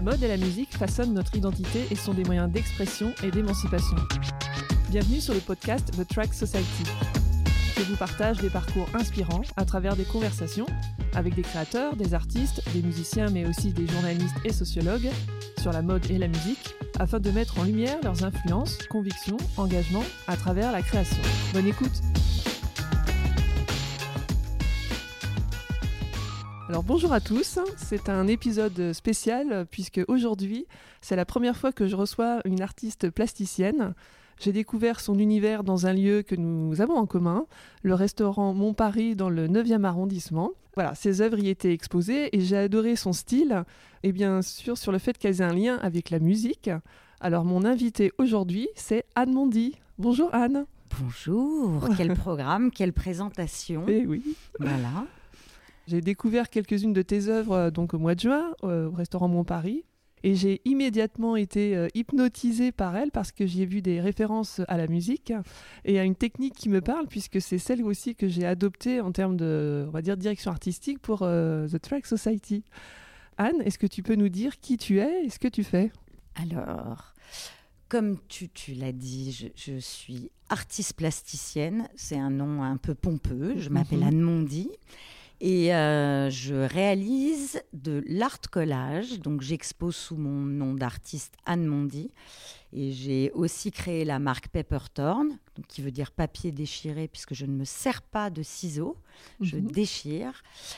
mode et la musique façonnent notre identité et sont des moyens d'expression et d'émancipation. Bienvenue sur le podcast The Track Society. Je vous partage des parcours inspirants à travers des conversations avec des créateurs, des artistes, des musiciens mais aussi des journalistes et sociologues sur la mode et la musique afin de mettre en lumière leurs influences, convictions, engagements à travers la création. Bonne écoute! Alors bonjour à tous, c'est un épisode spécial puisque aujourd'hui c'est la première fois que je reçois une artiste plasticienne. J'ai découvert son univers dans un lieu que nous avons en commun, le restaurant Montparis dans le 9e arrondissement. Voilà, ses œuvres y étaient exposées et j'ai adoré son style et bien sûr sur le fait qu'elles aient un lien avec la musique. Alors mon invitée aujourd'hui c'est Anne Mondy. Bonjour Anne. Bonjour, quel programme, quelle présentation. Eh oui. Voilà. J'ai découvert quelques-unes de tes œuvres donc au mois de juin au restaurant Montparis et j'ai immédiatement été hypnotisée par elles parce que j'y ai vu des références à la musique et à une technique qui me parle puisque c'est celle aussi que j'ai adoptée en termes de, on va dire, direction artistique pour The Track Society. Anne, est-ce que tu peux nous dire qui tu es et ce que tu fais ? Alors, comme tu l'as dit, je suis artiste plasticienne, c'est un nom un peu pompeux, je m'appelle Anne Mondy. Et je réalise de l'art collage, donc j'expose sous mon nom d'artiste Anne Mondy. Et j'ai aussi créé la marque Pepperthorn, donc qui veut dire papier déchiré, puisque je ne me sers pas de ciseaux, je déchire,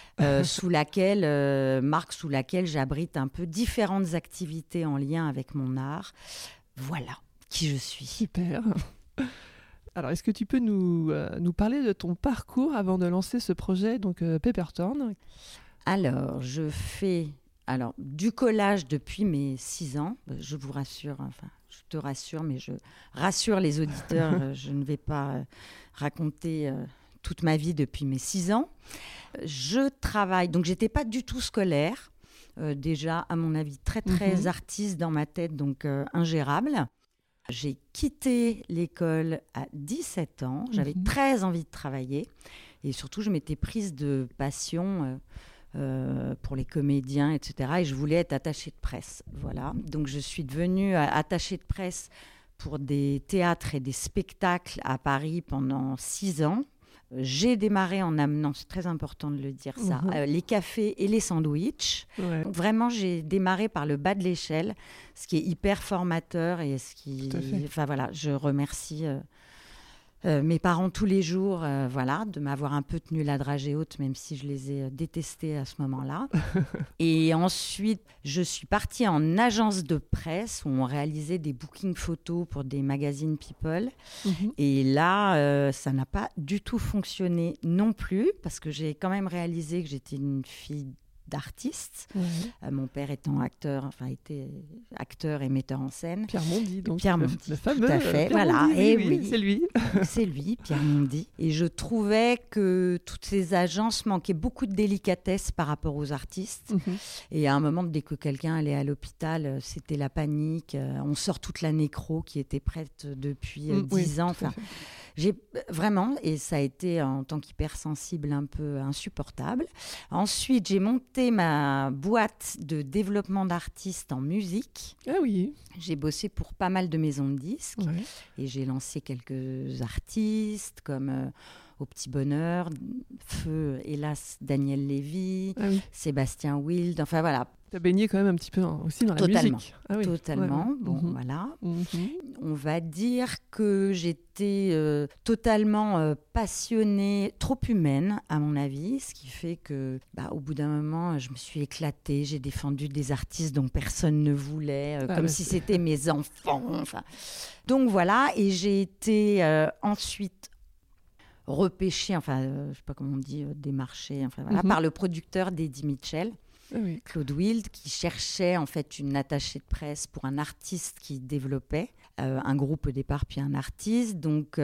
marque sous laquelle j'abrite un peu différentes activités en lien avec mon art. Voilà qui je suis. Super. Alors, est-ce que tu peux nous parler de ton parcours avant de lancer ce projet, donc Pepperthorn ? Alors, je fais du collage depuis mes 6 ans. Je vous rassure, je te rassure, mais je rassure les auditeurs. Je ne vais pas raconter toute ma vie depuis mes 6 ans. Je travaille, donc j'étais pas du tout scolaire. Déjà, à mon avis, très, très artiste dans ma tête, donc ingérable. J'ai quitté l'école à 17 ans. J'avais très envie de travailler. Et surtout, je m'étais prise de passion pour les comédiens, etc. Et je voulais être attachée de presse. Voilà. Donc, je suis devenue attachée de presse pour des théâtres et des spectacles à Paris pendant 6 ans. J'ai démarré en amenant, c'est très important de le dire ça, les cafés et les sandwichs. Ouais. Donc vraiment, j'ai démarré par le bas de l'échelle, ce qui est hyper formateur et je remercie mes parents tous les jours, de m'avoir un peu tenu la dragée haute, même si je les ai détestés à ce moment-là. Et ensuite, je suis partie en agence de presse où on réalisait des bookings photos pour des magazines People. Et là, ça n'a pas du tout fonctionné non plus, parce que j'ai quand même réalisé que j'étais une fille d'artiste. Mon père étant était acteur et metteur en scène. Pierre Mondy, donc Pierre Mondy, le fameux. Tout à fait, Pierre voilà. Mondy, et oui, c'est lui. C'est lui, Pierre Mondy. Et je trouvais que toutes ces agences manquaient beaucoup de délicatesse par rapport aux artistes. Et à un moment, dès que quelqu'un allait à l'hôpital, c'était la panique. On sort toute la nécro qui était prête depuis 10 ans. J'ai vraiment, et ça a été en tant qu'hypersensible un peu insupportable. Ensuite, j'ai monté ma boîte de développement d'artistes en musique. Ah oui. J'ai bossé pour pas mal de maisons de disques et j'ai lancé quelques artistes comme Au Petit Bonheur, Feu, hélas, Daniel Lévy, Sébastien Wild, enfin voilà. Tu as baigné quand même un petit peu aussi dans la musique. Ah oui. Totalement. Voilà. On va dire que j'étais totalement passionnée, trop humaine à mon avis, ce qui fait que au bout d'un moment, je me suis éclatée, j'ai défendu des artistes dont personne ne voulait, comme si c'était mes enfants. Donc voilà, et j'ai été ensuite repêchée, je sais pas comment on dit, démarchée, par le producteur d'Eddie Mitchell. Claude Wild, qui cherchait en fait une attachée de presse pour un artiste qui développait un groupe au départ puis un artiste. Donc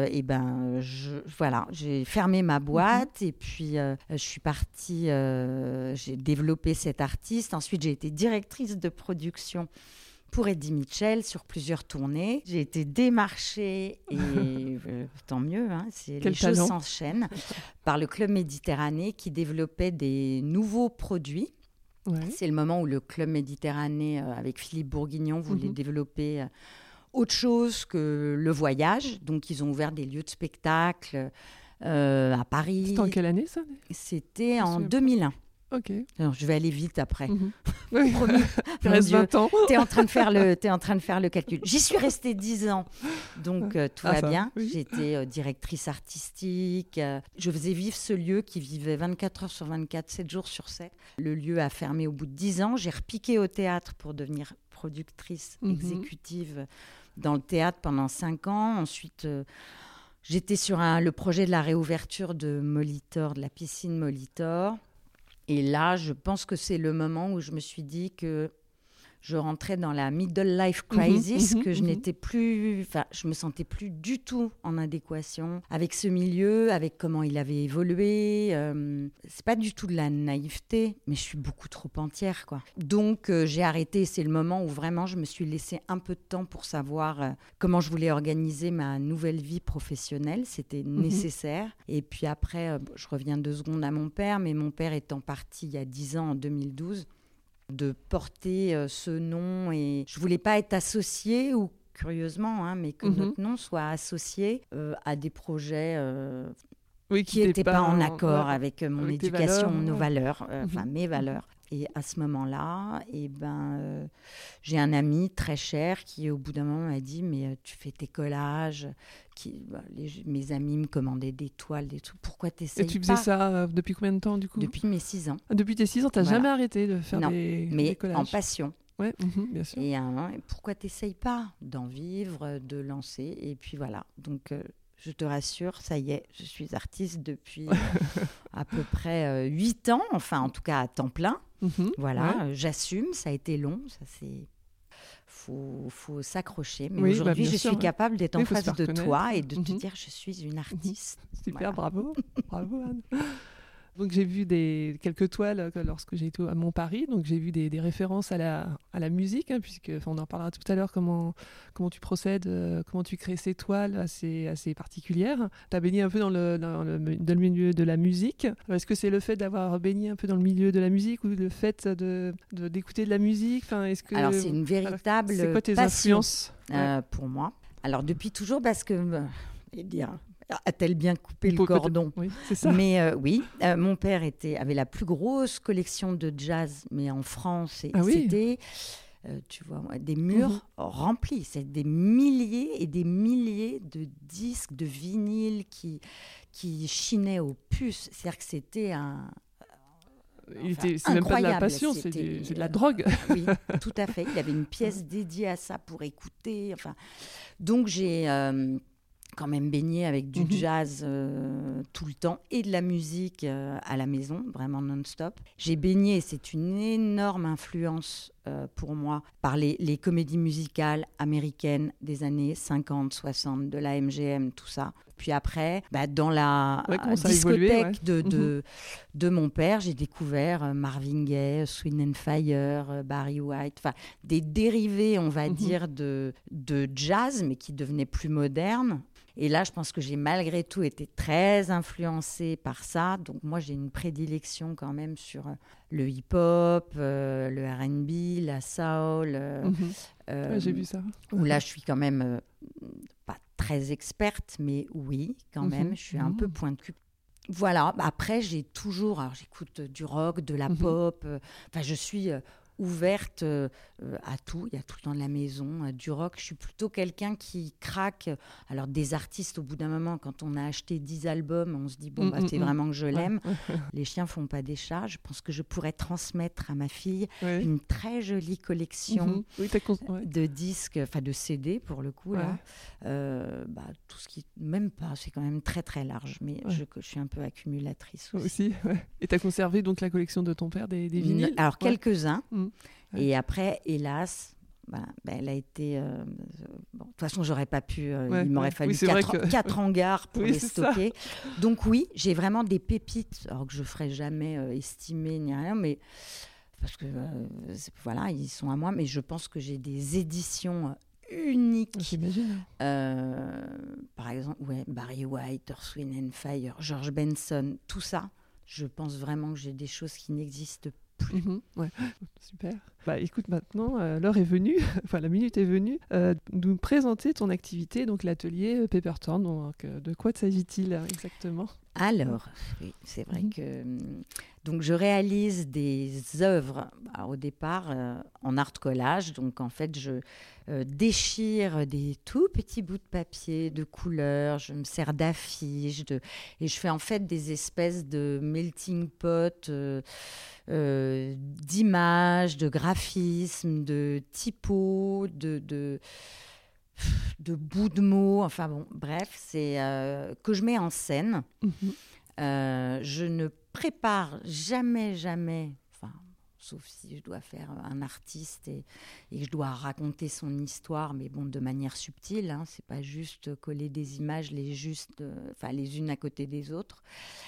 j'ai fermé ma boîte et puis je suis partie, j'ai développé cet artiste. Ensuite j'ai été directrice de production pour Eddie Mitchell sur plusieurs tournées. J'ai été démarchée et tant mieux, les choses s'enchaînent, par le Club Méditerranée qui développait des nouveaux produits Ouais. C'est le moment où le Club Méditerranée, avec Philippe Bourguignon, voulait développer autre chose que le voyage. Donc, ils ont ouvert des lieux de spectacle à Paris. C'était en quelle année, ça? C'était en 2001. Ok. Alors, je vais aller vite après. Oui. Promis. Il reste 20 ans. Tu es en train de faire le calcul. J'y suis restée 10 ans, donc tout va bien. Oui. J'étais directrice artistique. Je faisais vivre ce lieu qui vivait 24 heures sur 24, 7 jours sur 7. Le lieu a fermé au bout de 10 ans. J'ai repiqué au théâtre pour devenir productrice exécutive dans le théâtre pendant 5 ans. Ensuite, j'étais sur le projet de la réouverture de Molitor, de la piscine Molitor. Et là, je pense que c'est le moment où je me suis dit que je rentrais dans la middle life crisis, que je n'étais plus, je me sentais plus du tout en adéquation avec ce milieu, avec comment il avait évolué. C'est pas du tout de la naïveté, mais je suis beaucoup trop entière, quoi. Donc j'ai arrêté. C'est le moment où vraiment je me suis laissé un peu de temps pour savoir comment je voulais organiser ma nouvelle vie professionnelle. C'était nécessaire. Et puis après, je reviens 2 secondes à mon père, mais mon père étant parti il y a 10 ans, en 2012, de porter ce nom, et je voulais pas être associée, ou curieusement, mais que notre nom soit associé à des projets qui n'étaient pas en accord avec mon éducation, nos valeurs, mes valeurs. Et à ce moment-là, j'ai un ami très cher qui, au bout d'un moment, m'a dit « Mais tu fais tes collages ». Mes amis me commandaient des toiles, des trucs. Pourquoi tu n'essayes pas ? Et tu faisais ça depuis combien de temps, du coup ? Depuis mes 6 ans. Depuis tes 6 ans, tu n'as jamais arrêté de faire des collages ? En passion. Oui, bien sûr. Et pourquoi tu n'essayes pas d'en vivre, de lancer ? Et puis voilà. Donc, je te rassure, ça y est, je suis artiste depuis à peu près 8 ans, enfin en tout cas à temps plein. Voilà, j'assume, ça a été long, ça c'est... Faut s'accrocher, mais aujourd'hui je suis capable d'être en face de toi et de te dire je suis une artiste. Super, bravo Anne. Donc j'ai vu quelques toiles lorsque j'ai été à Montparis, donc j'ai vu des références à la musique, puisque on en parlera tout à l'heure, comment tu procèdes, comment tu crées ces toiles assez particulières. Tu as baigné un peu dans le milieu de la musique. Alors, est-ce que c'est le fait d'avoir baigné un peu dans le milieu de la musique, ou le fait d'écouter de la musique, Alors c'est une véritable c'est quoi tes passion influences pour moi. Alors depuis toujours, parce que... a-t-elle bien coupé le cordon ? Oui, c'est ça. Mais oui, mon père avait la plus grosse collection de jazz, mais en France, c'était, tu vois, des murs remplis. C'est des milliers et des milliers de disques, de vinyles qui chinaient aux puces. C'est-à-dire que c'était c'est même pas de la passion, c'est de la drogue. Oui, tout à fait. Il y avait une pièce dédiée à ça pour écouter. Donc j'ai... quand même baigné avec du jazz tout le temps et de la musique à la maison, vraiment non-stop. J'ai baigné, c'est une énorme influence pour moi, par les comédies musicales américaines des années 50, 60, de la MGM, tout ça. Puis après, dans la discothèque de mon père, j'ai découvert Marvin Gaye, Swing and Fire, Barry White, des dérivés, on va dire, de jazz, mais qui devenaient plus modernes. Et là, je pense que j'ai malgré tout été très influencée par ça. Donc moi, j'ai une prédilection quand même sur le hip-hop, le R&B, la soul. J'ai vu ça. Où là, je suis quand même pas très experte, mais oui, quand même, je suis un peu pointue. Voilà. Après, j'écoute du rock, de la pop. Je suis... ouverte à tout. Il y a tout le temps de la maison, du rock. Je suis plutôt quelqu'un qui craque. Alors, des artistes, au bout d'un moment, quand on a acheté 10 albums, on se dit, c'est vraiment que je l'aime. Les chiens font pas des chats. Je pense que je pourrais transmettre à ma fille une très jolie collection de disques, de CD, pour le coup. Là. Tout ce qui... Même pas, c'est quand même très, très large. Mais je suis un peu accumulatrice aussi. Et tu as conservé donc la collection de ton père des vinyles ? Alors, quelques-uns. Et après, hélas, elle a été... de toute façon, j'aurais pas pu... il m'aurait fallu 4 hangars pour les stocker. Ça. Donc oui, j'ai vraiment des pépites, alors que je ne ferai jamais estimer ni rien, mais parce que ils sont à moi. Mais je pense que j'ai des éditions uniques. J'imagine. Par exemple, Barry White, Earth, Wind and Fire, George Benson, tout ça. Je pense vraiment que j'ai des choses qui n'existent plus. Ouais. Super. Bah, écoute, maintenant, l'heure est venue, enfin la minute est venue, de nous présenter ton activité, donc l'atelier Paperturn. Donc, de quoi s'agit-il exactement? Alors, oui, c'est vrai que donc je réalise des œuvres au départ en art collage. Donc en fait, je déchire des tout petits bouts de papier de couleurs. Je me sers d'affiches et je fais en fait des espèces de melting pot d'images, de graphismes, de typos, de bouts de mots, enfin bon, bref, c'est que je mets en scène. Je ne prépare jamais, enfin, sauf si je dois faire un artiste et que je dois raconter son histoire, mais bon, de manière subtile, hein, c'est pas juste coller des images les unes à côté des autres.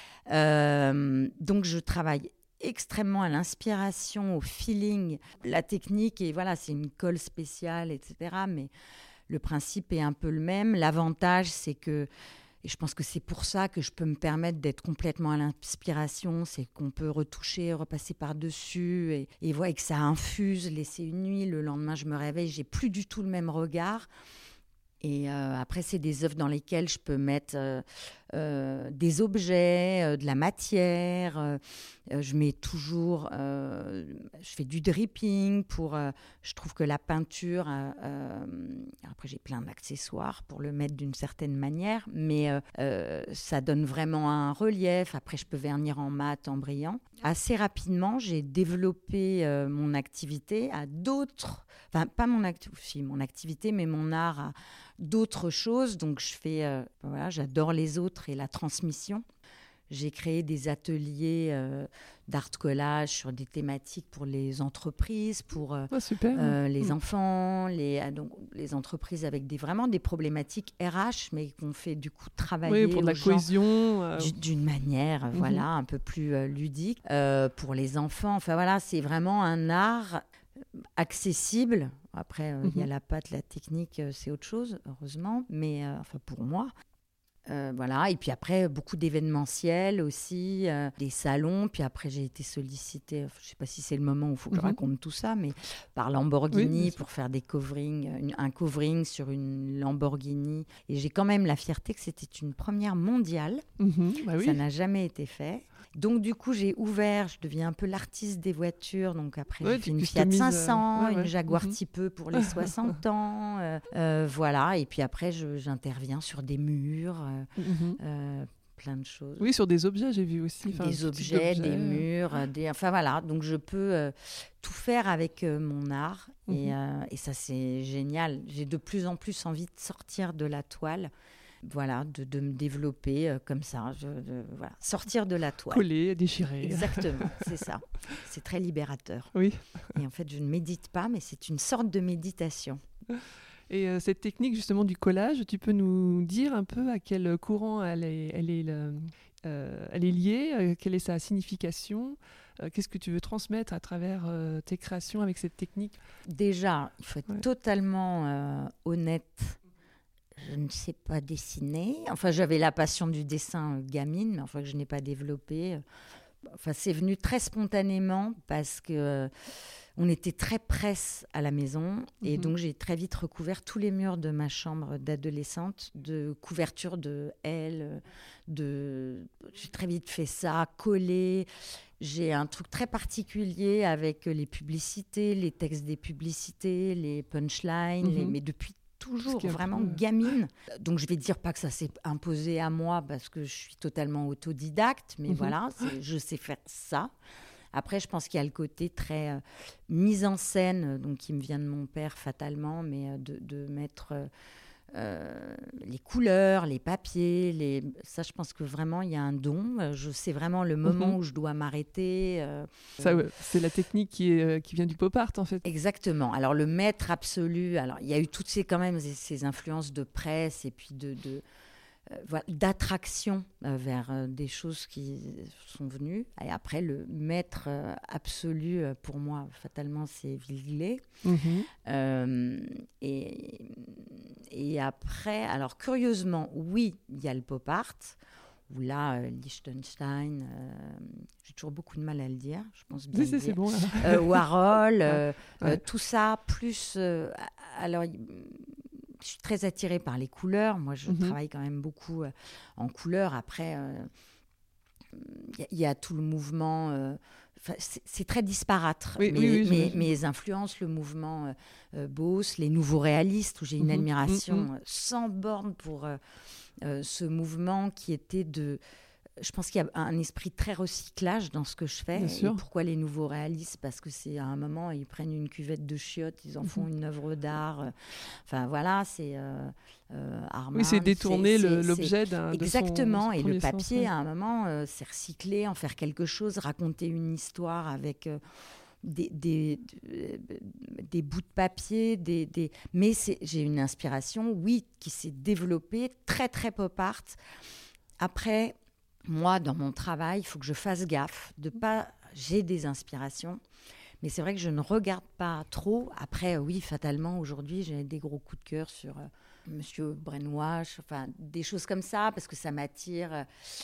Donc je travaille extrêmement à l'inspiration, au feeling, la technique, et voilà, c'est une colle spéciale, etc. Mais le principe est un peu le même. L'avantage, c'est que, et je pense que c'est pour ça que je peux me permettre d'être complètement à l'inspiration, c'est qu'on peut retoucher, repasser par-dessus, et voilà, que ça infuse, laisser une nuit. Le lendemain, je me réveille, j'ai plus du tout le même regard. Et après, c'est des œuvres dans lesquelles je peux mettre des objets, de la matière. Je mets toujours, je fais du dripping je trouve que la peinture, après j'ai plein d'accessoires pour le mettre d'une certaine manière, mais ça donne vraiment un relief. Après, je peux vernir en mat, en brillant. Assez rapidement, j'ai développé mon activité à d'autres, enfin pas mon activité, mais mon art à d'autres choses. Donc je fais, voilà, j'adore les autres et la transmission. J'ai créé des ateliers d'art collage sur des thématiques pour les entreprises, pour les enfants, donc, les entreprises avec vraiment des problématiques RH, mais qu'on fait du coup travailler pour de la cohésion. D'une manière voilà, un peu plus ludique. Pour les enfants, enfin voilà, c'est vraiment un art accessible. Après, il y a la patte, la technique, c'est autre chose, heureusement, mais enfin pour moi. Voilà, et puis après beaucoup d'événementiels aussi, des salons, puis après j'ai été sollicitée, je ne sais pas si c'est le moment où il faut que je raconte tout ça, mais par Lamborghini pour faire des coverings, un covering sur une Lamborghini, et j'ai quand même la fierté que c'était une première mondiale, ça n'a jamais été fait. Donc du coup j'ai ouvert, je deviens un peu l'artiste des voitures, donc après j'ai fait une Fiat 500, une Jaguar Type E pour les 60 ans, voilà, et puis après j'interviens sur des murs, plein de choses. Oui, sur des objets, j'ai vu aussi. Des objets, des murs, enfin voilà, donc je peux tout faire avec mon art, et ça c'est génial. J'ai de plus en plus envie de sortir de la toile. Voilà, de me développer comme ça, voilà, sortir de la toile. Coller, déchirer. Exactement, c'est ça. C'est très libérateur. Oui. Et en fait, je ne médite pas, mais c'est une sorte de méditation. Et cette technique justement du collage, tu peux nous dire un peu à quel courant elle est liée, quelle est sa signification, qu'est-ce que tu veux transmettre à travers tes créations avec cette technique? Déjà, il faut être totalement honnête. Je ne sais pas dessiner. Enfin, j'avais la passion du dessin gamine, mais enfin que je n'ai pas développé. Enfin, c'est venu très spontanément parce que on était très presse à la maison, et donc j'ai très vite recouvert tous les murs de ma chambre d'adolescente de couvertures de L. J'ai très vite fait ça, collé. J'ai un truc très particulier avec les publicités, les textes des publicités, les punchlines, mais depuis toujours vraiment gamine. Donc je vais dire pas que ça s'est imposé à moi parce que je suis totalement autodidacte, mais voilà, je sais faire ça. Après, je pense qu'il y a le côté très mise en scène, donc qui me vient de mon père fatalement, mais de mettre les couleurs, les papiers, ça, je pense que vraiment il y a un don. Je sais vraiment le moment où je dois m'arrêter. Ça, c'est la technique qui vient du pop art en fait. Exactement. Alors le maître absolu, alors il y a eu toutes ces influences de presse et puis d'attraction vers des choses qui sont venues. Et après, le maître absolu, pour moi, fatalement, c'est Villiers. Et après, alors curieusement, oui, il y a le pop art. ou là, Liechtenstein, j'ai toujours beaucoup de mal à le dire, je pense bien le dire. C'est bon. Warhol, tout ça, plus... alors, je suis très attirée par les couleurs. Moi, je travaille quand même beaucoup en couleurs. Après, il y a tout le mouvement... c'est très disparate. Mes influences, le mouvement Bauhaus, les nouveaux réalistes, où j'ai une admiration sans borne pour ce mouvement qui était de... Je pense qu'il y a un esprit très recyclage dans ce que je fais. Et pourquoi les nouveaux réalistes ? Parce que c'est à un moment, ils prennent une cuvette de chiottes, ils en font une œuvre d'art. Enfin voilà, c'est Armand. Oui, c'est détourner l'objet d'un. Exactement. De son et le papier, sens, à un moment, c'est recycler, en faire quelque chose, raconter une histoire avec. Des bouts de papier, mais j'ai une inspiration, oui, qui s'est développée, très très pop art. Après, moi, dans mon travail, il faut que je fasse gaffe de pas. J'ai des inspirations, mais c'est vrai que je ne regarde pas trop. Après, oui, fatalement, aujourd'hui, j'ai des gros coups de cœur sur Monsieur Brainwash, enfin des choses comme ça, parce que ça m'attire.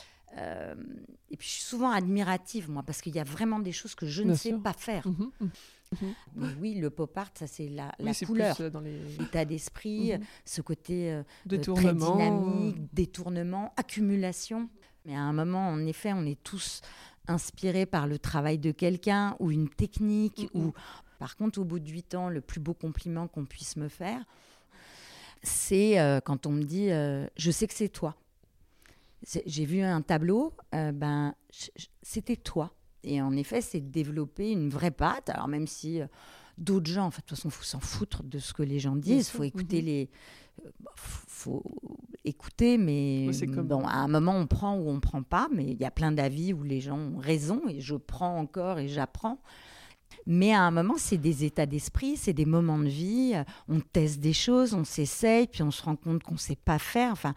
Et puis, je suis souvent admirative, moi, parce qu'il y a vraiment des choses que je ne sais pas faire. Mais oui, le pop art, ça, c'est la couleur, l'état d'esprit, ce côté très dynamique, détournement, accumulation. Mais à un moment, en effet, on est tous inspirés par le travail de quelqu'un ou une technique. Ou... Par contre, au bout de 8 ans, le plus beau compliment qu'on puisse me faire, c'est quand on me dit « je sais que c'est toi ». J'ai vu un tableau, c'était toi. Et en effet, c'est de développer une vraie patte. Alors même si d'autres gens, en fait, de toute façon, il faut s'en foutre de ce que les gens disent. Il faut écouter faut écouter, mais à un moment, on prend ou on ne prend pas. Mais il y a plein d'avis où les gens ont raison et je prends encore et j'apprends. Mais à un moment, c'est des états d'esprit, c'est des moments de vie. On teste des choses, on s'essaye, puis on se rend compte qu'on ne sait pas faire. Enfin,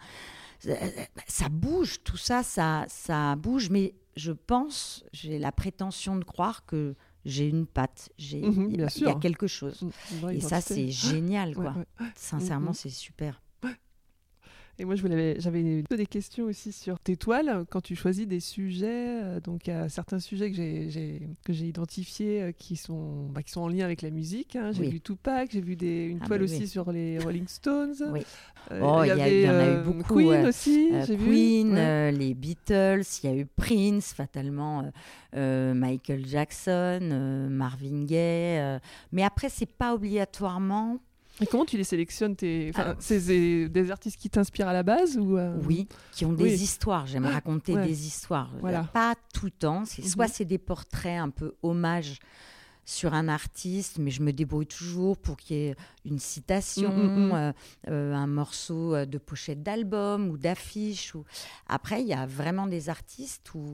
ça bouge, tout ça, ça bouge. Mais je pense, j'ai la prétention de croire que j'ai une patte, il y a quelque chose. Et ça, c'est génial, quoi. Sincèrement, c'est super. Et moi, j'avais des questions aussi sur tes toiles. Quand tu choisis des sujets, donc il y a certains sujets que j'ai identifiés qui sont en lien avec la musique. Hein. J'ai vu Tupac, j'ai vu une toile aussi sur les Rolling Stones. Il y en a eu beaucoup. Queen aussi, j'ai Queen, les Beatles, il y a eu Prince, fatalement, Michael Jackson, Marvin Gaye. Mais après, c'est pas obligatoirement... Et comment tu les sélectionnes c'est des artistes qui t'inspirent à la base ou Oui, qui ont des histoires. J'aime raconter des histoires. Voilà. Pas tout le temps. Soit c'est des portraits un peu hommages sur un artiste, mais je me débrouille toujours pour qu'il y ait une citation, un morceau de pochette d'album ou d'affiche. Après, il y a vraiment des artistes où...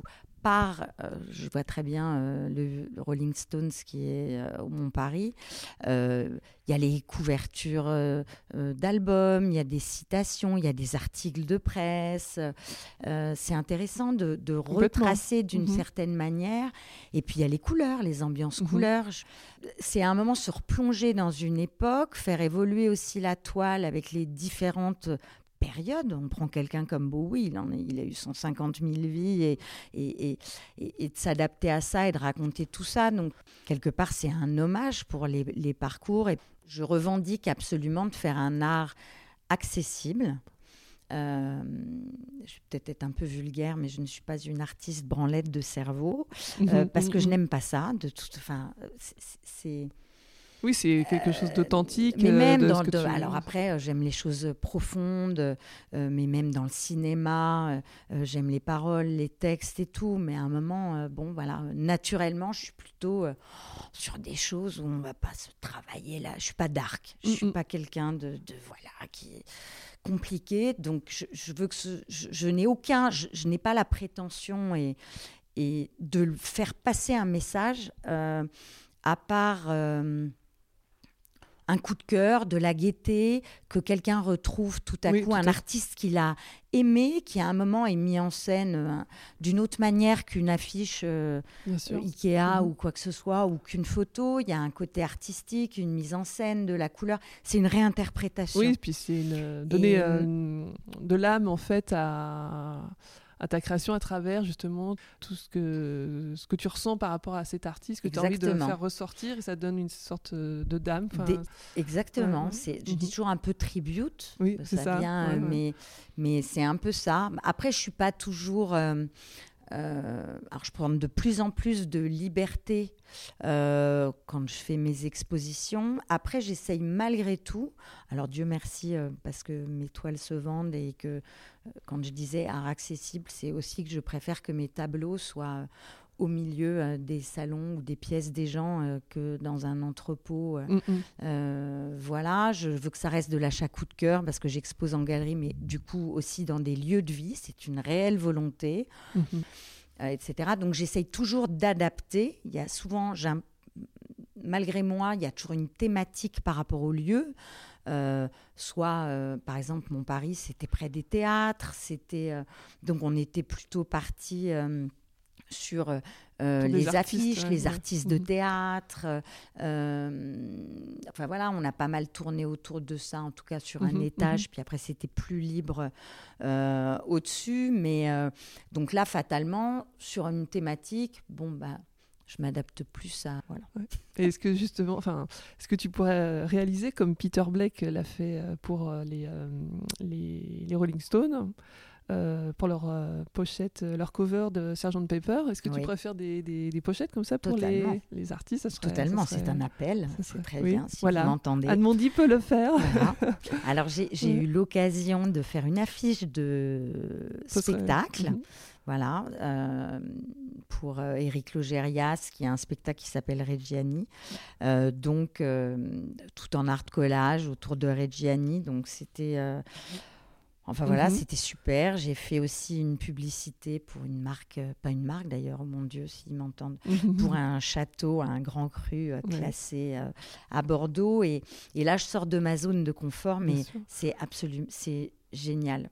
je vois très bien le Rolling Stones qui est au Mont-Paris. Il y a les couvertures d'albums, il y a des citations, il y a des articles de presse. C'est intéressant de retracer d'une certaine manière. Et puis il y a les couleurs, les ambiances couleurs. C'est à un moment se replonger dans une époque, faire évoluer aussi la toile avec les différentes période. On prend quelqu'un comme Bowie, il a eu 150 000 vies et de s'adapter à ça et de raconter tout ça. Donc, quelque part, c'est un hommage pour les parcours. Et je revendique absolument de faire un art accessible. Je vais peut-être être un peu vulgaire, mais je ne suis pas une artiste branlette de cerveau parce que je n'aime pas ça. C'est... Oui, c'est quelque chose d'authentique. Mais même alors après, j'aime les choses profondes, mais même dans le cinéma, j'aime les paroles, les textes et tout. Mais à un moment, naturellement, je suis plutôt sur des choses où on ne va pas se travailler là. Je ne suis pas dark. Je ne suis pas quelqu'un qui est compliqué. Donc, je veux que je n'ai pas la prétention et de faire passer un message à part... un coup de cœur, de la gaieté, que quelqu'un retrouve tout à coup, un artiste qu'il a aimé, qui à un moment est mis en scène d'une autre manière qu'une affiche Ikea ou quoi que ce soit, ou qu'une photo. Il y a un côté artistique, une mise en scène, de la couleur. C'est une réinterprétation. Oui, puis c'est donner de l'âme en fait à ta création à travers justement tout ce que tu ressens par rapport à cet artiste que tu as envie de faire ressortir, et ça donne une sorte de d'âme. Exactement. Je dis toujours un peu tribute. Oui, c'est ça. Vient, mais c'est un peu ça. Après, je suis pas toujours... alors je prends de plus en plus de liberté quand je fais mes expositions. Après, j'essaye malgré tout, alors Dieu merci parce que mes toiles se vendent, et que quand je disais art accessible, c'est aussi que je préfère que mes tableaux soient au milieu des salons ou des pièces des gens que dans un entrepôt. Voilà, je veux que ça reste de l'achat coup de cœur parce que j'expose en galerie, mais du coup aussi dans des lieux de vie. C'est une réelle volonté, etc. Donc j'essaye toujours d'adapter. Il y a souvent, malgré moi, il y a toujours une thématique par rapport au lieu. Par exemple, mon Paris, c'était près des théâtres. Donc on était plutôt parti... sur les affiches, les artistes de théâtre. Enfin voilà, on a pas mal tourné autour de ça, en tout cas sur un étage. Puis après, c'était plus libre au-dessus. Mais donc là, fatalement, sur une thématique, je m'adapte plus à... Voilà. Ouais. Et est-ce que justement, est-ce que tu pourrais réaliser comme Peter Blake l'a fait pour les Rolling Stones, pour leur pochette, leur cover de Sgt Pepper? Est-ce que tu pourrais faire des pochettes comme ça pour les artistes? Totalement, c'est un appel, c'est très bien, si vous m'entendez. Anne Mondy peut le faire. Voilà. Alors j'ai eu l'occasion de faire une affiche de spectacle, voilà, pour Éric Logérias, qui a un spectacle qui s'appelle Reggiani, tout en art collage autour de Reggiani, donc c'était... Enfin voilà, c'était super. J'ai fait aussi une publicité pour une marque, pas une marque d'ailleurs, oh mon Dieu, s'ils m'entendent, pour un château, un grand cru classé à Bordeaux. Et là, je sors de ma zone de confort, mais c'est génial.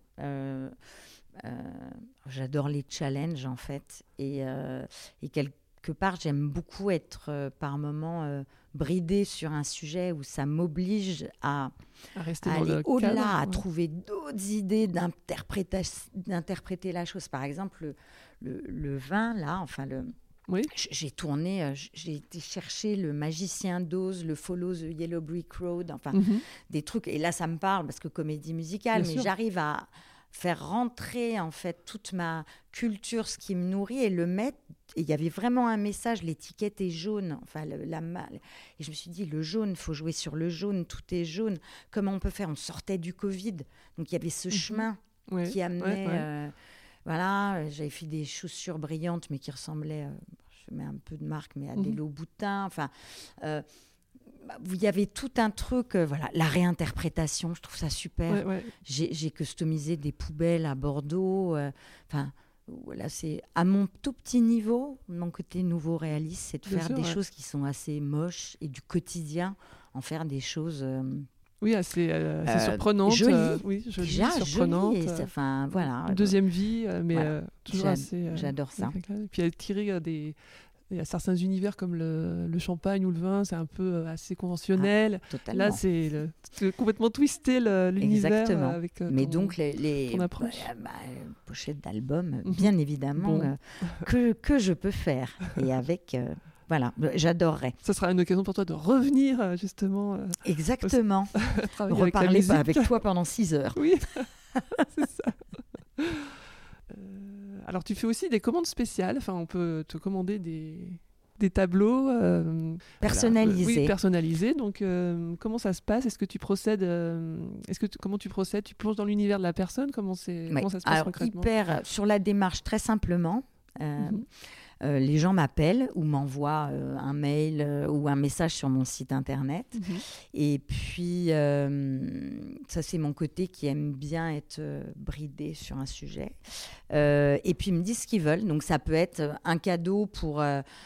J'adore les challenges en fait. Et quelque part, j'aime beaucoup être par moments bridée sur un sujet où ça m'oblige à aller au-delà, à trouver d'autres idées d'interpréter la chose. Par exemple, le vin, là, j'ai tourné, j'ai été chercher le Magicien d'Oz, le Follow the Yellow Brick Road, des trucs. Et là, ça me parle parce que comédie musicale, mais j'arrive à faire rentrer en fait toute ma culture, ce qui me nourrit, et le mettre. Et il y avait vraiment un message, l'étiquette est jaune, et je me suis dit, le jaune, il faut jouer sur le jaune, tout est jaune. Comment on peut faire? On sortait du Covid, donc il y avait ce chemin qui amenait... voilà, j'avais fait des chaussures brillantes, mais qui ressemblaient, je mets un peu de marque, mais à des Louboutins, il y avait tout un truc, la réinterprétation, je trouve ça super. J'ai customisé des poubelles à Bordeaux, voilà, c'est à mon tout petit niveau, mon côté nouveau réaliste, c'est de faire des choses qui sont assez moches et du quotidien, en faire des choses assez surprenantes, jolies, surprenantes. Voilà, deuxième vie, mais toujours assez. J'adore ça. Puis tirer il y a certains univers comme le champagne ou le vin, c'est un peu assez conventionnel. Totalement. Là, c'est complètement twisté l'univers avec mais donc ton approche. Pochettes d'albums, bien évidemment, que je peux faire. Et avec... Voilà, j'adorerais. Ça sera une occasion pour toi de revenir justement. Exactement. Reparler avec toi pendant 6 heures. Oui, c'est ça. Alors, tu fais aussi des commandes spéciales. On peut te commander des tableaux personnalisés. Personnalisés. Donc, comment ça se passe? Est-ce que tu procèdes comment tu procèdes? Tu plonges dans l'univers de la personne? Comment ça se passe concrètement? Sur la démarche, très simplement. Les gens m'appellent ou m'envoient un mail ou un message sur mon site internet. Et puis, ça, c'est mon côté qui aime bien être bridé sur un sujet. Et puis, ils me disent ce qu'ils veulent. Donc, ça peut être un cadeau pour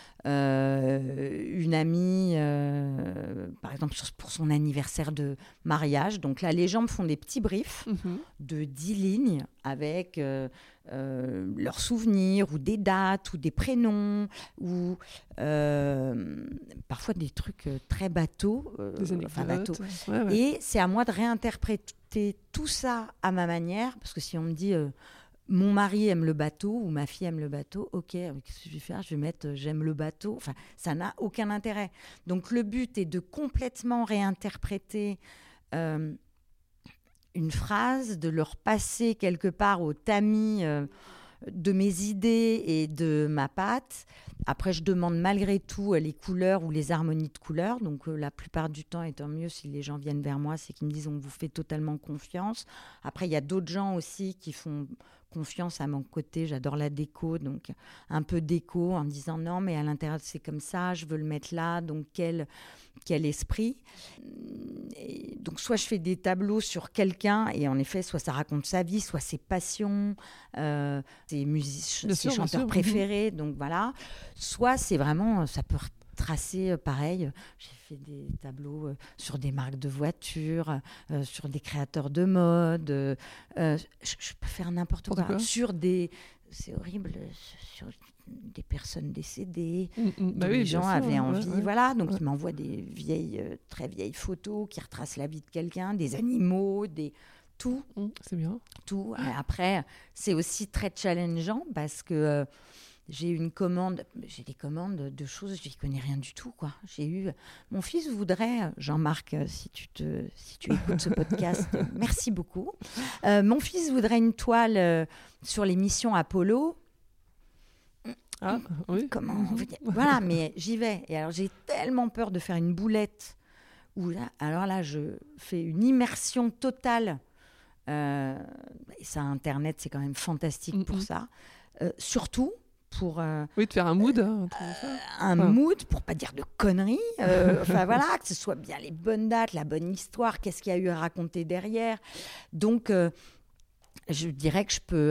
une amie, par exemple, pour son anniversaire de mariage. Donc là, les gens me font des petits briefs de 10 lignes avec leurs souvenirs ou des dates ou des prénoms ou parfois des trucs très bateaux. Des anecdotes. Et c'est à moi de réinterpréter tout ça à ma manière, parce que si on me dit mon mari aime le bateau ou ma fille aime le bateau, ok, qu'est-ce que je vais faire? Je vais mettre j'aime le bateau. Enfin, ça n'a aucun intérêt. Donc le but est de complètement réinterpréter une phrase, de le repasser quelque part au tamis de mes idées et de ma patte. Après, je demande malgré tout les couleurs ou les harmonies de couleurs. Donc, la plupart du temps, et tant mieux si les gens viennent vers moi, c'est qu'ils me disent on vous fait totalement confiance. Après, il y a d'autres gens aussi qui font confiance à mon côté. J'adore la déco, donc un peu déco en disant non, mais à l'intérieur, c'est comme ça, je veux le mettre là. Donc, quel esprit. Et donc, soit je fais des tableaux sur quelqu'un et en effet, soit ça raconte sa vie, soit ses passions, ses chanteurs préférés. Donc, voilà. Soit c'est vraiment, ça peut retracer pareil. J'ai fait des tableaux sur des marques de voitures, sur des créateurs de mode. Je peux faire n'importe quoi. Sur des... C'est horrible, sur des personnes décédées, les gens avaient envie. Ouais. Voilà, donc ils m'envoient des très vieilles photos qui retracent la vie de quelqu'un, des animaux, tout. C'est bien. Tout. Après, c'est aussi très challengeant parce que j'ai des commandes de choses, je n'y connais rien du tout, quoi. Mon fils voudrait, Jean-Marc, si tu écoutes ce podcast, merci beaucoup. Mon fils voudrait une toile sur les missions Apollo. Ah, oui. Comment vous dire ? Voilà, mais j'y vais. Et alors, j'ai tellement peur de faire une boulette alors là, je fais une immersion totale. Et ça, Internet, c'est quand même fantastique pour ça. Surtout pour... de faire un mood. Mood, pour pas dire de conneries. Enfin, voilà, que ce soit bien les bonnes dates, la bonne histoire, qu'est-ce qu'il y a eu à raconter derrière. Donc... je dirais que je peux,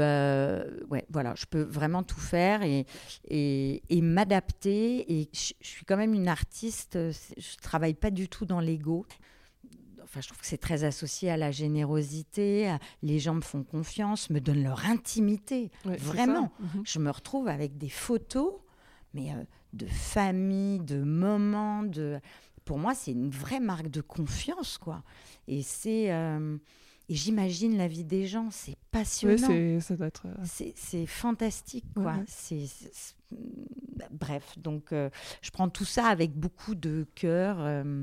je peux vraiment tout faire et m'adapter. Et je suis quand même une artiste. Je travaille pas du tout dans l'ego. Enfin, je trouve que c'est très associé à la générosité. Les gens me font confiance, me donnent leur intimité. Ouais, vraiment. Je me retrouve avec des photos, mais de famille, de moments. Pour moi, c'est une vraie marque de confiance, quoi. Et c'est... Et j'imagine la vie des gens, c'est passionnant. Oui, ça doit être... C'est fantastique, quoi. Ouais. Bref, donc je prends tout ça avec beaucoup de cœur.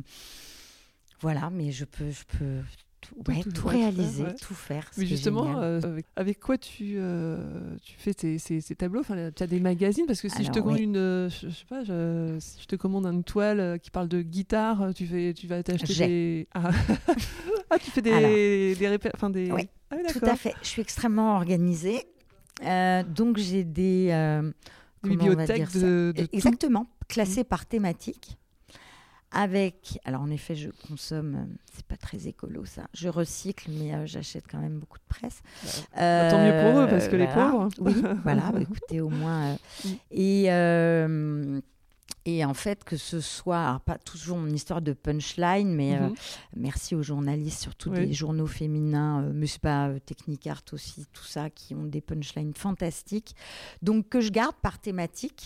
Voilà, mais je peux tout réaliser, tout faire. Mais justement, avec quoi tu fais ces tableaux? Enfin, tu as des magazines? Parce que si je te commande si je te commande une toile qui parle de guitare, tu vas t'acheter des... tu fais des repères... Oui, tout à fait. Je suis extrêmement organisée. Donc, j'ai des bibliothèques de exactement, classées par thématique. Alors en effet, je consomme, c'est pas très écolo ça, je recycle, mais j'achète quand même beaucoup de presse. Tant mieux pour eux, parce que les pauvres. Oui, voilà, écoutez, au moins. Et en fait, que ce soit, alors pas toujours mon histoire de punchline, mais merci aux journalistes, surtout des journaux féminins, mais c'est pas Technicart aussi, tout ça, qui ont des punchlines fantastiques. Donc, que je garde par thématique.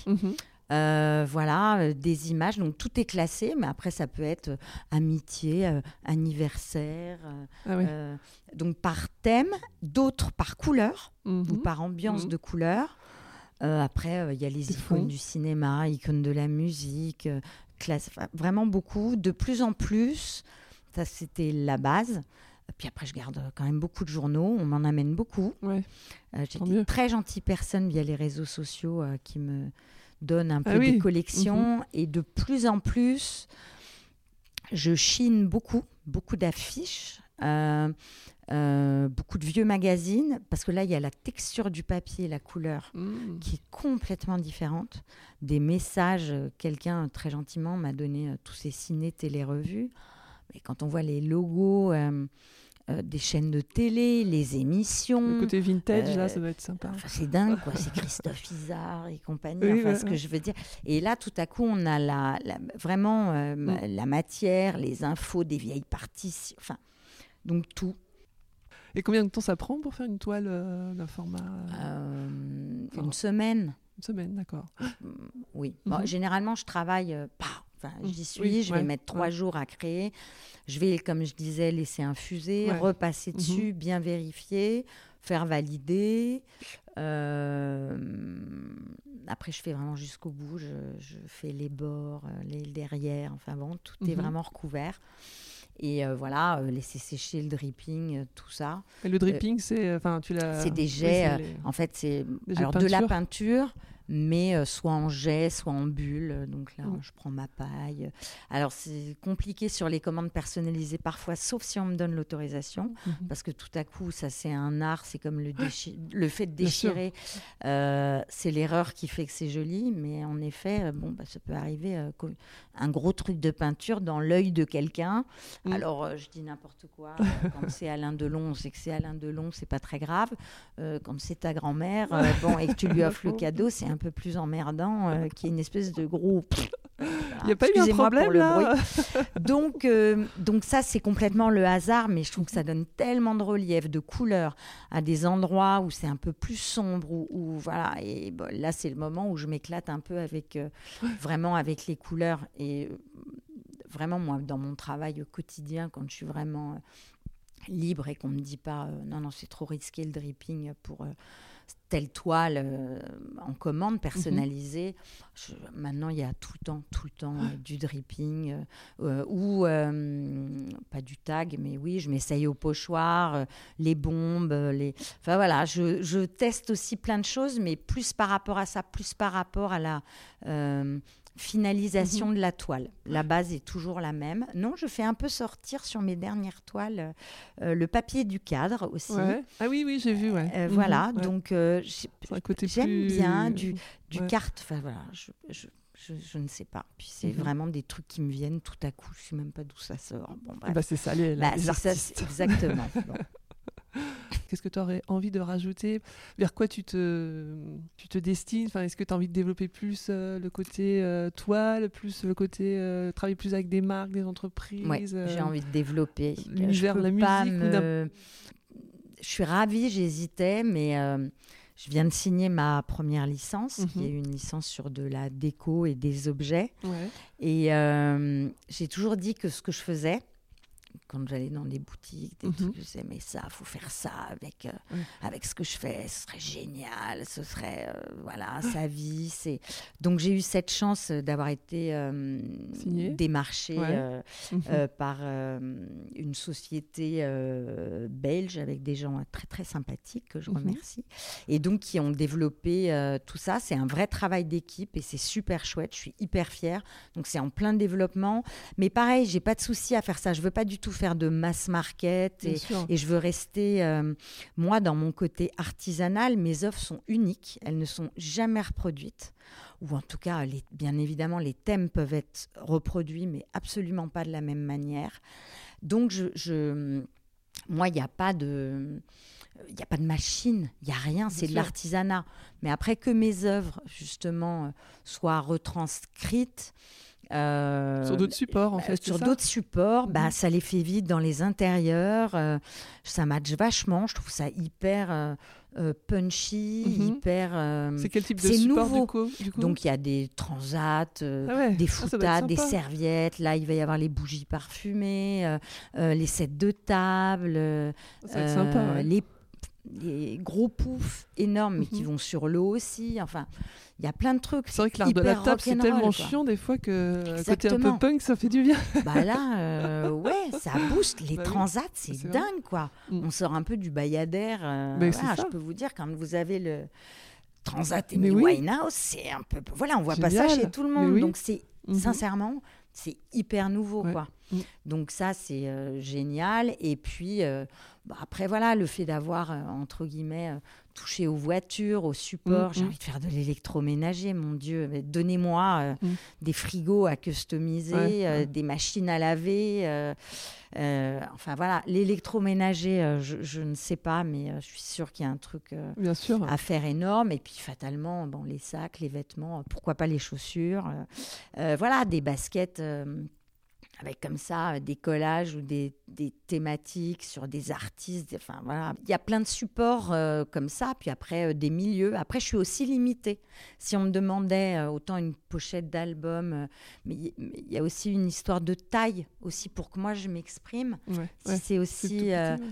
Des images, donc tout est classé, mais après ça peut être amitié, anniversaire, donc par thème, d'autres par couleur ou par ambiance de couleur. Après il y a les icônes du cinéma, icônes de la musique, vraiment beaucoup, de plus en plus. Ça c'était la base. Puis après, je garde quand même beaucoup de journaux. On m'en amène beaucoup. Ouais. J'ai des très gentilles personnes via les réseaux sociaux qui me donne un peu des collections et de plus en plus je chine beaucoup d'affiches, beaucoup de vieux magazines parce que là il y a la texture du papier, la couleur qui est complètement différente, des messages, quelqu'un très gentiment m'a donné tous ces ciné télé-revues, mais quand on voit les logos des chaînes de télé, les émissions. Le côté vintage, là, ça doit être sympa. Enfin, c'est dingue, quoi. C'est Christophe Izard et compagnie, ce que je veux dire. Et là, tout à coup, on a vraiment la matière, les infos des vieilles parties, donc tout. Et combien de temps ça prend pour faire une toile d'un format une semaine. Une semaine, d'accord. Oui. Bon, généralement, je travaille j'y suis, je vais mettre 3 jours à créer. Je vais, comme je disais, laisser infuser, repasser dessus, bien vérifier, faire valider. Après, je fais vraiment jusqu'au bout. Je fais les bords, les derrière. Enfin bon, tout est vraiment recouvert. Et voilà, laisser sécher le dripping, tout ça. Et le dripping, c'est des jets. En fait, c'est de la peinture, mais soit en jet, soit en bulle. Donc là, je prends ma paille. Alors, c'est compliqué sur les commandes personnalisées parfois, sauf si on me donne l'autorisation, parce que tout à coup, ça, c'est un art. C'est comme le fait de déchirer. C'est l'erreur qui fait que c'est joli, mais en effet, ça peut arriver un gros truc de peinture dans l'œil de quelqu'un. Alors, je dis n'importe quoi. Quand c'est Alain Delon, on sait que c'est Alain Delon, c'est pas très grave. Quand c'est ta grand-mère, et que tu lui offres le cadeau, c'est un peu plus emmerdant, qu'il y ait une espèce de gros... Il n'y a pas eu un problème là. Donc ça, c'est complètement le hasard, mais je trouve que ça donne tellement de relief, de couleurs à des endroits où c'est un peu plus sombre, voilà. Et là, c'est le moment où je m'éclate un peu vraiment avec les couleurs. Et vraiment, moi, dans mon travail au quotidien, quand je suis vraiment libre et qu'on ne me dit pas non, c'est trop risqué le dripping pour... telle toile en commande personnalisée. Maintenant, il y a tout le temps du dripping ou pas du tag, mais oui, je m'essaye au pochoir, les bombes, Enfin voilà, je teste aussi plein de choses, mais plus par rapport à ça, plus par rapport à la finalisation de la toile. La base est toujours la même. Non, je fais un peu sortir sur mes dernières toiles le papier du cadre aussi. Ouais. Ah oui, j'ai vu. Ouais. Voilà, donc j'aime bien du carte. Enfin voilà, je ne sais pas. Puis c'est vraiment des trucs qui me viennent tout à coup. Je ne sais même pas d'où ça sort. Bon, bref. C'est ça, les artistes. Ça, exactement. Bon. Qu'est-ce que tu aurais envie de rajouter? Vers quoi tu te destines? Est-ce que tu as envie de développer plus le côté toile, plus le côté travailler plus avec des marques, des entreprises? Oui, j'ai envie de développer. L'univers de la musique Je suis ravie, j'hésitais, mais je viens de signer ma première licence, qui est une licence sur de la déco et des objets. Ouais. Et j'ai toujours dit que ce que je faisais, quand j'allais dans des boutiques, des trucs, je disais, mais ça, il faut faire ça avec ce que je fais, ce serait génial, ce serait, sa vie. Donc, j'ai eu cette chance d'avoir été démarchée par une société belge avec des gens très, très sympathiques, que je remercie, et donc qui ont développé tout ça. C'est un vrai travail d'équipe et c'est super chouette. Je suis hyper fière. Donc, c'est en plein développement. Mais pareil, j'ai pas de souci à faire ça. Je veux pas du tout faire de mass market et je veux rester moi dans mon côté artisanal. Mes œuvres sont uniques, elles ne sont jamais reproduites, ou en tout cas bien évidemment les thèmes peuvent être reproduits mais absolument pas de la même manière. Donc moi il n'y a pas de machine, il n'y a rien, c'est de l'artisanat. Mais après que mes œuvres justement soient retranscrites sur d'autres supports, en fait. Sur d'autres supports, ça les fait vivre dans les intérieurs. Ça match vachement. Je trouve ça hyper punchy, hyper. C'est quel type de support nouveau. Du coup Donc il y a des transats, des foutades, des serviettes. Là, il va y avoir les bougies parfumées, les sets de table, ça va être sympa, les gros poufs énormes, mais qui vont sur l'eau aussi. Enfin, il y a plein de trucs. C'est vrai que l'art de la table, c'est tellement chiant des fois que côté un peu punk, ça fait du bien. Là, ça booste. Les transats, c'est dingue, quoi. On sort un peu du bayadère. Je peux vous dire, quand vous avez le transat Amy Winehouse, c'est un peu... Voilà, on voit pas ça chez tout le monde. Donc, c'est sincèrement... C'est hyper nouveau, quoi. Donc ça, c'est génial. Et puis, après, voilà, le fait d'avoir, entre guillemets, touché aux voitures, aux supports, j'ai envie de faire de l'électroménager, mon Dieu. Donnez-moi des frigos à customiser, des machines à laver. Enfin, voilà, l'électroménager, je ne sais pas, mais je suis sûre qu'il y a un truc à faire énorme. Et puis, fatalement, les sacs, les vêtements, pourquoi pas les chaussures. Voilà, des baskets... avec comme ça des collages ou des thématiques sur des artistes. Enfin, voilà. Il y a plein de supports comme ça. Puis après, des milieux. Après, je suis aussi limitée. Si on me demandait autant une pochette d'album, mais il y a aussi une histoire de taille aussi pour que moi, je m'exprime. C'est aussi...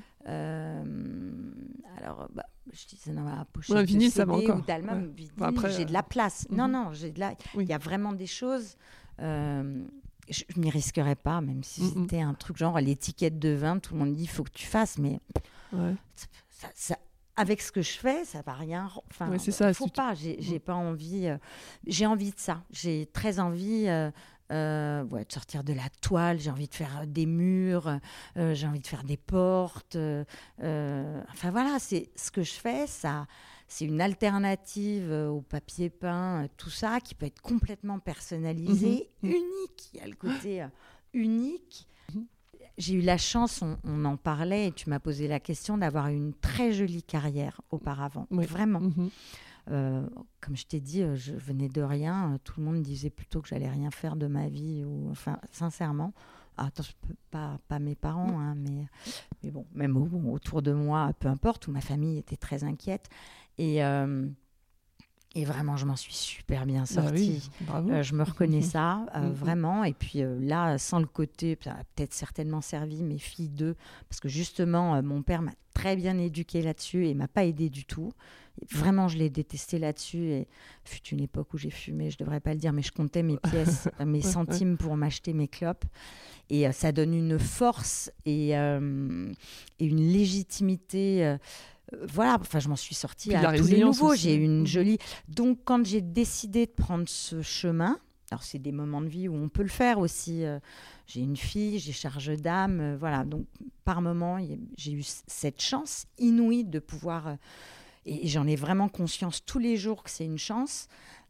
alors, je disais, non, la pochette de vinyle, CD ça va encore. Ou d'album, vinyle, après, j'ai de la place. Non, il y a vraiment des choses... je m'y risquerais pas, même si c'était un truc genre l'étiquette de vin, tout le monde dit il faut que tu fasses, mais ça, avec ce que je fais, ça va rien. Enfin, c'est ça. Faut pas. J'ai pas envie. J'ai envie de ça. J'ai très envie. De sortir de la toile, j'ai envie de faire des murs, j'ai envie de faire des portes. Enfin voilà, c'est ce que je fais, ça. C'est une alternative au papier peint, tout ça, qui peut être complètement personnalisé, unique. Il y a le côté unique. J'ai eu la chance, on en parlait, et tu m'as posé la question, d'avoir une très jolie carrière auparavant. Vraiment. Comme je t'ai dit, je venais de rien. Tout le monde disait plutôt que j'allais rien faire de ma vie. Enfin, sincèrement. Attends, pas mes parents, hein, mais bon, même autour de moi, peu importe, où ma famille était très inquiète. Et vraiment, je m'en suis super bien sortie. Bravo. Je me reconnais ça, vraiment. Et puis là, sans le côté, ça a peut-être certainement servi mes filles d'eux, parce que justement, mon père m'a très bien éduquée là-dessus et m'a pas aidée du tout. Vraiment, je l'ai détesté là-dessus. Et fut une époque où j'ai fumé, je devrais pas le dire, mais je comptais mes pièces, mes centimes pour m'acheter mes clopes. Et ça donne une force et une légitimité. Voilà, enfin, je m'en suis sortie à tous les niveaux. Aussi. J'ai une jolie. Donc, quand j'ai décidé de prendre ce chemin, alors c'est des moments de vie où on peut le faire aussi. J'ai une fille, j'ai charge d'âme, voilà. Donc, par moment, j'ai eu cette chance inouïe de pouvoir. Et j'en ai vraiment conscience tous les jours que c'est une chance.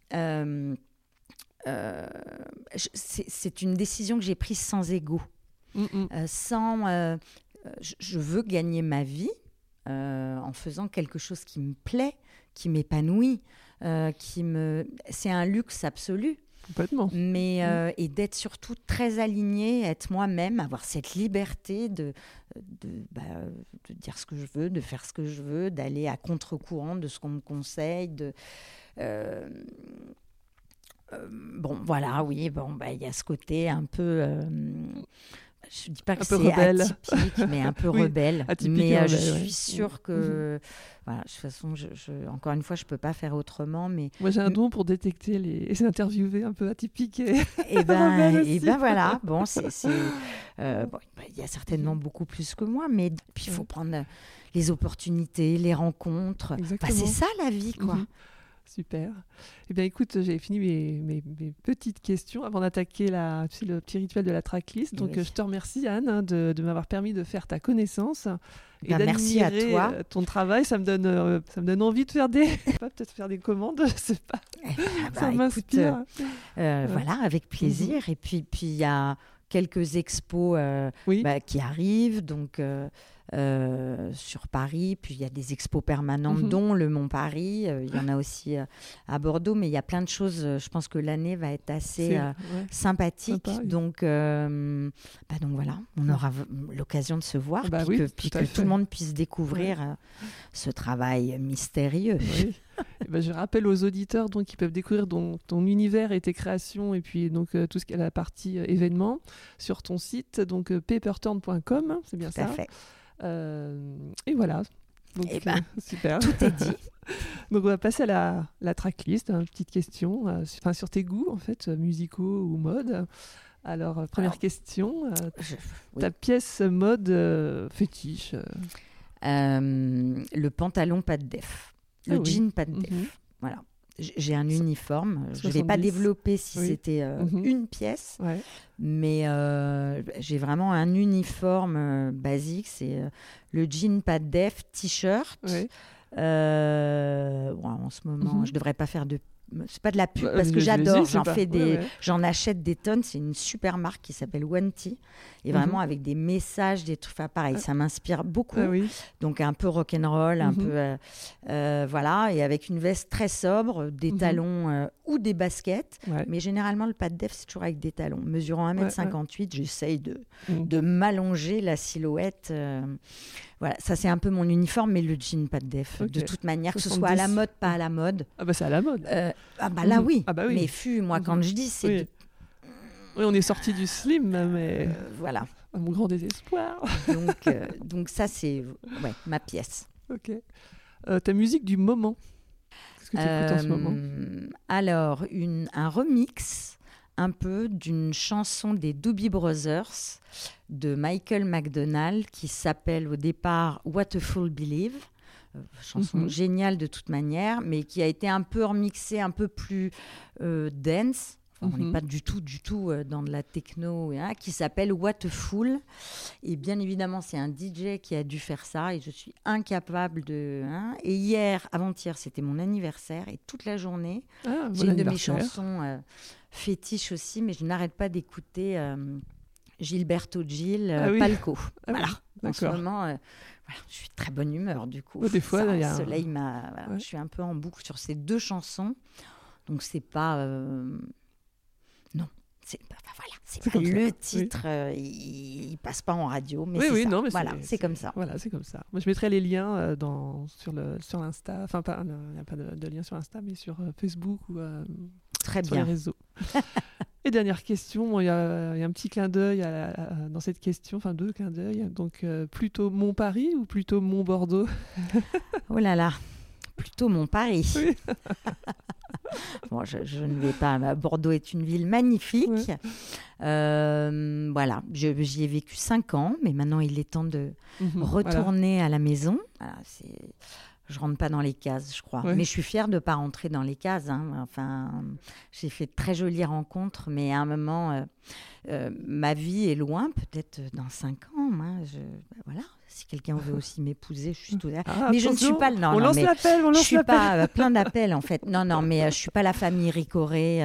C'est une décision que j'ai prise sans ego, je veux gagner ma vie. En faisant quelque chose qui me plaît, qui m'épanouit, c'est un luxe absolu. Complètement. Mais et d'être surtout très alignée, être moi-même, avoir cette liberté de dire ce que je veux, de faire ce que je veux, d'aller à contre-courant de ce qu'on me conseille. Bon, voilà, oui, il y a ce côté un peu. Je ne dis pas que c'est atypique, mais un peu rebelle. Mais je suis sûre que... Voilà, de toute façon, encore une fois, je ne peux pas faire autrement. Mais... Moi, j'ai un don pour détecter les interviewés un peu atypiques et voilà. Bon, il y a certainement beaucoup plus que moi, mais puis il faut prendre les opportunités, les rencontres. C'est ça, la vie, quoi. Super. Eh bien, écoute, j'ai fini mes petites questions avant d'attaquer le petit rituel de la tracklist. Donc, je te remercie, Anne, de m'avoir permis de faire ta connaissance et merci à toi. Ton travail. Ça me donne envie de faire peut-être faire des commandes, je sais pas. Ça m'inspire. Voilà, avec plaisir. Et puis il y a quelques expos qui arrivent, donc sur Paris. Puis il y a des expos permanentes, dont le Mont Paris. Il y en a aussi à Bordeaux, mais il y a plein de choses. Je pense que l'année va être assez sympathique. Donc voilà, on aura l'occasion de se voir, puis que tout le monde puisse découvrir ce travail mystérieux. Oui. Je rappelle aux auditeurs donc qui peuvent découvrir ton univers et tes créations et puis donc tout ce qui est la partie événements sur ton site donc paperturn.com, c'est bien ça. Tout à fait. Et voilà. Donc, super. Tout est dit. Donc on va passer à la tracklist, une petite question sur tes goûts en fait musicaux ou mode. Alors première question, ta pièce mode fétiche. Le pantalon pas de def. Le jean, pas de def. Voilà. J'ai un uniforme. 70. Je ne l'ai pas développé si c'était une pièce. Ouais. Mais j'ai vraiment un uniforme basique. C'est le jean, pas de def, t-shirt. Ouais. En ce moment, je ne devrais pas faire de c'est pas de la pub parce que j'adore, j'en achète des tonnes. C'est une super marque qui s'appelle Wanty et vraiment avec des messages, des trucs. Enfin, pareil, ça m'inspire beaucoup. Donc un peu rock'n'roll, un peu voilà, et avec une veste très sobre, des talons ou des baskets. Mais généralement, le pas de def, c'est toujours avec des talons. Mesurant 1m58, j'essaye de m'allonger la silhouette. Voilà, ça c'est un peu mon uniforme, mais le jean pas de def. De toute manière, que ce soit à la mode, pas à la mode. Ah bah c'est à la mode. Là oui. Mais moi quand je dis c'est... Oui, on est sorti du slim, mais voilà. À mon grand désespoir. Donc ça c'est ma pièce. Ok. Ta musique du moment. Qu'est-ce que tu écoutes en ce moment ? Alors, un remix un peu d'une chanson des Doobie Brothers de Michael McDonald qui s'appelle au départ What a Fool Believe. Chanson géniale de toute manière, mais qui a été un peu remixée, un peu plus dance. On n'est pas du tout dans de la techno, qui s'appelle What a Fool. Et bien évidemment, c'est un DJ qui a dû faire ça et je suis incapable de... Et avant-hier, c'était mon anniversaire et toute la journée, j'ai une de mes chansons fétiches aussi, mais je n'arrête pas d'écouter Gilberto Gil, Palco. Voilà. En ce moment... je suis de très bonne humeur du coup. Des fois, le soleil je suis un peu en boucle sur ces deux chansons. Donc c'est pas... Non, c'est pas le titre, il passe pas en radio, mais c'est ça. Non, mais c'est comme ça. Voilà, c'est comme ça. Moi, je mettrai les liens sur l'Insta. Enfin, il n'y a pas de lien sur Insta, mais sur Facebook ou très sur bien. les réseaux. Et dernière question, il y a un petit clin d'œil dans cette question, enfin 2 clins d'œil. Donc, plutôt Mont-Paris ou plutôt Mont-Bordeaux ? Oh là là, plutôt Mont-Paris. Oui. Bon, je ne vais pas. Bordeaux est une ville magnifique. Oui. Voilà, j'y ai vécu 5 ans, mais maintenant il est temps de retourner à la maison. Voilà, je rentre pas dans les cases, je crois. Ouais. Mais je suis fière de pas rentrer dans les cases. Enfin, j'ai fait de très jolies rencontres, mais à un moment, ma vie est loin, peut-être dans 5 ans. Voilà. Si quelqu'un veut aussi m'épouser, je suis tout là. Mais je ne suis pas... On lance l'appel. Je ne suis pas plein d'appels, en fait. Non, mais je ne suis pas la famille Ricoré.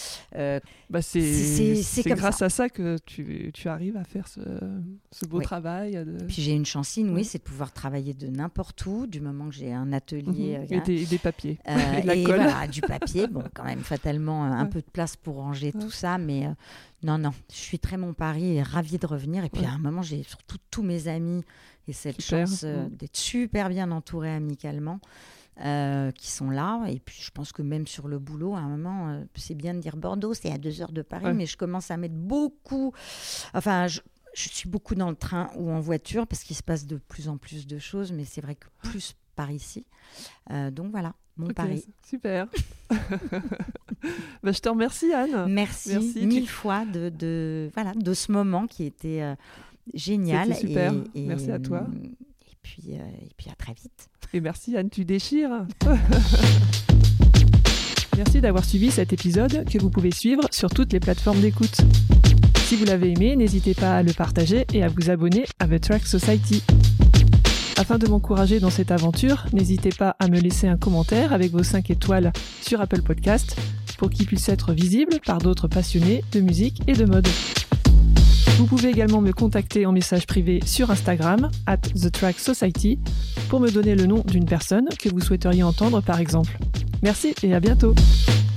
C'est grâce à ça que tu arrives à faire ce beau travail. Puis j'ai une chance inouïe, c'est de pouvoir travailler de n'importe où, du moment que j'ai un atelier. Et des papiers. Et de la colle. Voilà, du papier. Bon, quand même, fatalement, un peu de place pour ranger tout ça, mais... Non, je suis très Mont-Paris et ravie de revenir. Et puis à un moment, j'ai surtout tous mes amis et cette chance d'être super bien entourée amicalement qui sont là. Et puis je pense que même sur le boulot, à un moment, c'est bien de dire Bordeaux, c'est à 2 heures de Paris, mais je commence à mettre beaucoup... Enfin, je suis beaucoup dans le train ou en voiture parce qu'il se passe de plus en plus de choses, mais c'est vrai que plus par ici. Donc voilà. Paris. Super. Je te remercie, Anne. Merci 1000 fois de ce moment qui était génial. C'était super. Merci à toi. Et puis à très vite. Et merci, Anne, tu déchires. Merci d'avoir suivi cet épisode que vous pouvez suivre sur toutes les plateformes d'écoute. Si vous l'avez aimé, n'hésitez pas à le partager et à vous abonner à The Track Society. Afin de m'encourager dans cette aventure, n'hésitez pas à me laisser un commentaire avec vos 5 étoiles sur Apple Podcast pour qu'il puisse être visible par d'autres passionnés de musique et de mode. Vous pouvez également me contacter en message privé sur Instagram @TheTrackSociety pour me donner le nom d'une personne que vous souhaiteriez entendre par exemple. Merci et à bientôt.